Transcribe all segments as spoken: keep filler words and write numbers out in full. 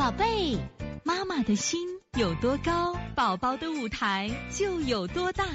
宝贝，妈妈的心有多高，宝宝的舞台就有多大。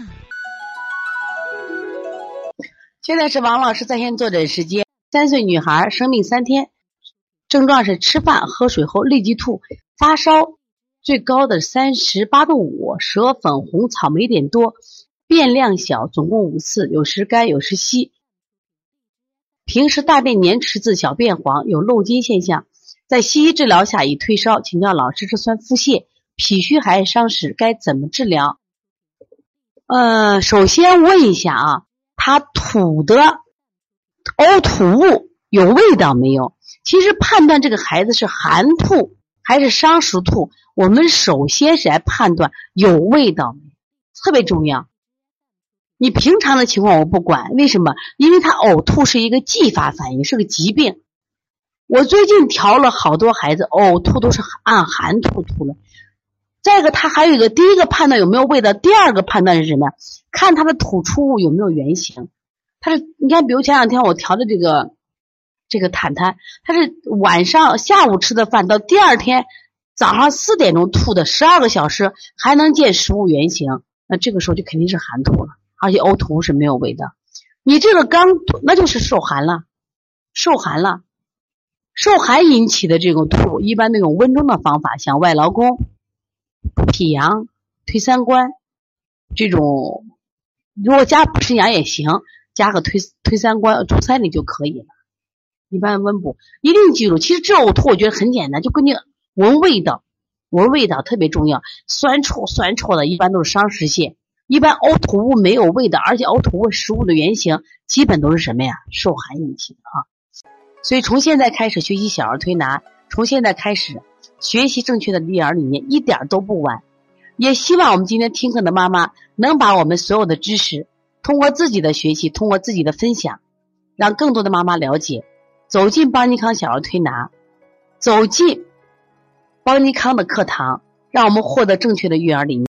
现在是王老师在线坐诊时间。三岁女孩生病三天，症状是吃饭喝水后立即吐，发烧最高的三十八度五，舌粉红，草莓点多，便量小，总共五次，有时干有时稀。平时大便黏池子，小便黄，有漏津现象。在西医治疗下已退烧，请教老师，这算腹泻，脾虚还是伤食，该怎么治疗？呃，首先问一下啊，他吐的呕吐物有味道没有？其实判断这个孩子是寒吐还是伤食吐，我们首先是来判断有味道没有，特别重要。你平常的情况我不管，为什么？因为他呕吐是一个继发反应，是个疾病。我最近调了好多孩子呕吐都是按寒吐吐了。再一个，他还有一个，第一个判断有没有味道，第二个判断是什么？看他的吐出物有没有圆形。他是，你看，比如前两天我调的这个这个坦坦，他是晚上下午吃的饭，到第二天早上四点钟吐的，十二个小时还能见食物原形，那这个时候就肯定是寒吐了，而且呕吐物是没有味道。你这个刚吐，那就是受寒了，受寒了。受寒引起的这种吐，一般那种温中的方法，像外劳宫、脾阳、推三关这种，如果加补肾阳也行，加个推推三关、足三里就可以了。一般温补，一定记住，其实这呕吐我觉得很简单，就跟你闻味道，闻味道特别重要。酸臭酸臭的，一般都是伤食泻。一般呕吐物没有味道，而且呕吐物食物的原型，基本都是什么呀？受寒引起的啊。所以从现在开始学习小儿推拿，从现在开始学习正确的育儿理念，一点都不晚。也希望我们今天听课的妈妈能把我们所有的知识通过自己的学习，通过自己的分享，让更多的妈妈了解，走进邦尼康小儿推拿，走进邦尼康的课堂，让我们获得正确的育儿理念。